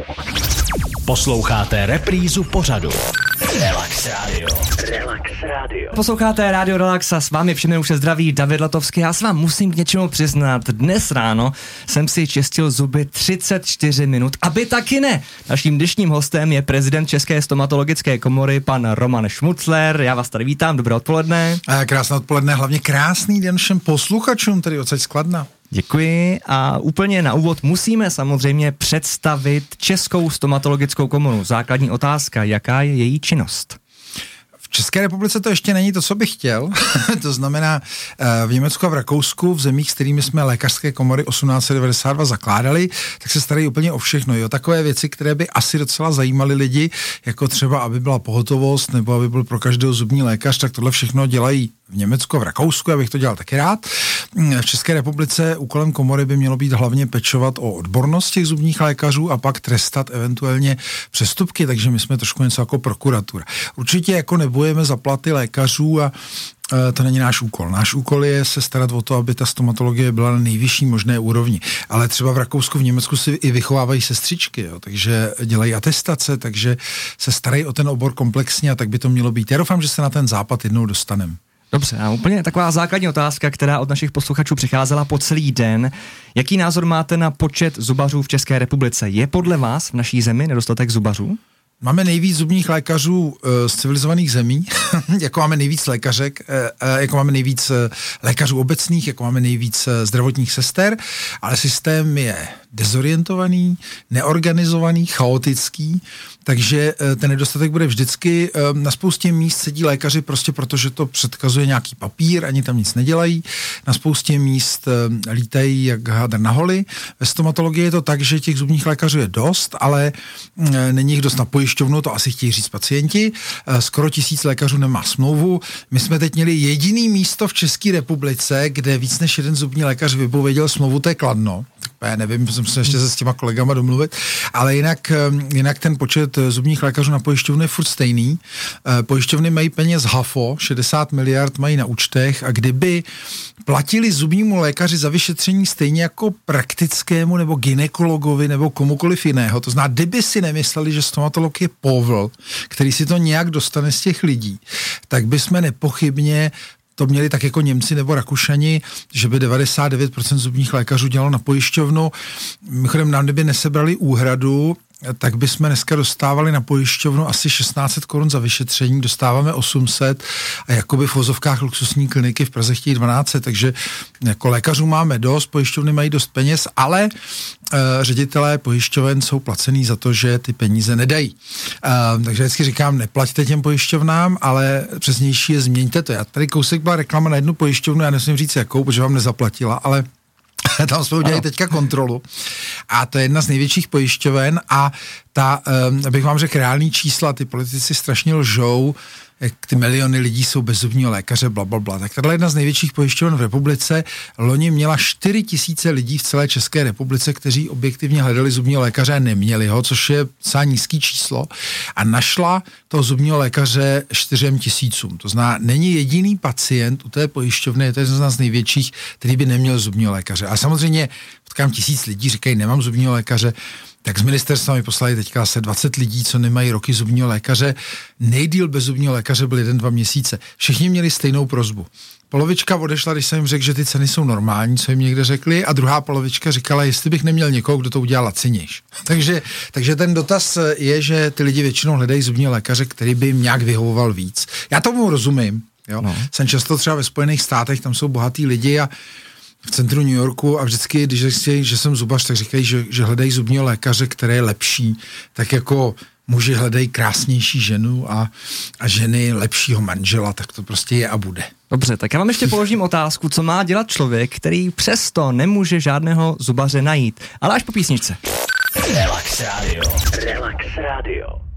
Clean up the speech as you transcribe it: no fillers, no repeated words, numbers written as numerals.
Posloucháte reprízu pořadu Relax Radio. Relax Radio. Posloucháte Radio Relax a s vámi všemi už se zdraví David Latovský. Já se vám musím k něčemu přiznat. Dnes ráno jsem si čistil zuby 34 minut, aby taky ne. Naším dnešním hostem je prezident České stomatologické komory, pan Roman Šmucler. Já vás tady vítám, dobré odpoledne. Krásné odpoledne, hlavně krásný den všem posluchačům, tady odsaď z Kladna. Děkuji a úplně na úvod musíme samozřejmě představit Českou stomatologickou komoru. Základní otázka, jaká je její činnost? V České republice to ještě není to, co bych chtěl. To znamená, v Německu a v Rakousku, v zemích, s kterými jsme lékařské komory 1892 zakládali, tak se starají úplně o všechno. Jo, takové věci, které by asi docela zajímaly lidi, jako třeba, aby byla pohotovost, nebo aby byl pro každého zubní lékař, tak tohle všechno dělají v Německu a v Rakousku, abych to dělal taky rád. V České republice úkolem komory by mělo být hlavně pečovat o odbornost těch zubních lékařů a pak trestat eventuálně přestupky, takže my jsme trošku něco jako prokuratura. Určitě jako nebojujeme za platy lékařů a to není náš úkol. Náš úkol je se starat o to, aby ta stomatologie byla na nejvyšší možné úrovni. Ale třeba v Rakousku, v Německu si i vychovávají sestřičky, jo, takže dělají atestace, takže se starají o ten obor komplexně a tak by to mělo být. Já doufám, že se na ten západ jednou dostaneme. Dobře, a úplně taková základní otázka, která od našich posluchačů přicházela po celý den. Jaký názor máte na počet zubařů v České republice? Je podle vás v naší zemi nedostatek zubařů? Máme nejvíc zubních lékařů z civilizovaných zemí, jako máme nejvíc lékařek, jako máme nejvíc lékařů obecných, jako máme nejvíc zdravotních sester, ale systém je dezorientovaný, neorganizovaný, chaotický, takže ten nedostatek bude vždycky. Na spoustě míst sedí lékaři prostě protože to předkazuje nějaký papír, ani tam nic nedělají. Na spoustě míst lítají jak hadr na holi. Ve stomatologii je to tak, že těch zubních lékařů je dost, ale není jich dost na pojišťovnu, to asi chtějí říct pacienti. Skoro 1000 lékařů nemá smlouvu. My jsme teď měli jediný místo v České republice, kde víc než jeden zubní lékař vypověděl smlouvu, to je Kladno. Já nevím, musím se ještě s těma kolegama domluvit, ale jinak ten počet zubních lékařů na pojišťovny je furt stejný. Pojišťovny mají peněz hafo, 60 miliard mají na účtech a kdyby platili zubnímu lékaři za vyšetření stejně jako praktickému nebo gynekologovi nebo komukoliv jiného, to znamená, kdyby si nemysleli, že stomatolog je povl, který si to nějak dostane z těch lidí, tak bychom nepochybně to měli tak jako Němci nebo Rakušani, že by 99% zubních lékařů dělalo na pojišťovnu. Mimochodem nám kdyby nesebrali úhradu, tak bychom dneska dostávali na pojišťovnu asi 1600 korun za vyšetření, dostáváme 800 a jakoby v vozovkách luxusní kliniky v Praze chtějí 1200, takže jako lékařů máme dost, pojišťovny mají dost peněz, ale ředitelé pojišťoven jsou placený za to, že ty peníze nedají. Takže vždycky říkám, neplaťte těm pojišťovnám, ale přesnější je změňte to. Já tady kousek byla reklama na jednu pojišťovnu, já nesmím říct jakou, protože vám nezaplatila, ale tam jsme udělali teďka kontrolu a to je jedna z největších pojišťoven a ta, abych vám řekl reální čísla, ty politici strašně lžou, jak ty miliony lidí jsou bez zubního lékaře, blablabla. Tak tato jedna z největších pojišťoven v republice loni měla 4 000 lidí v celé České republice, kteří objektivně hledali zubního lékaře a neměli ho, což je docela nízký číslo. A našla toho zubního lékaře 4 000. To znamená, není jediný pacient u té pojišťovny, je to jedna z největších, který by neměl zubního lékaře. A samozřejmě potkám 1000 lidí, říkají, nemám zubního lékaře, tak z ministerstva mi poslali teďka asi 20 lidí, co nemají roky zubního lékaře. Nejdýl bez zubního lékaře byl 1-2 měsíce. Všichni měli stejnou prosbu. Polovička odešla, když jsem jim řekl, že ty ceny jsou normální, co jim někde řekli, a druhá polovička říkala, jestli bych neměl někoho, kdo to udělal lacinějš. Takže ten dotaz je, že ty lidi většinou hledají zubního lékaře, který by jim nějak vyhovoval víc. Já tomu rozumím. Jo? No. Jsem často třeba ve Spojených státech, tam jsou bohatý lidi a v centru New Yorku a vždycky, když říkají, že jsem zubař, tak říkají, že hledají zubního lékaře, který je lepší, tak jako muži hledají krásnější ženu a ženy lepšího manžela, tak to prostě je a bude. Dobře, tak já vám ještě položím otázku, co má dělat člověk, který přesto nemůže žádného zubaře najít, ale až po písničce. Relax Radio. Relax Radio.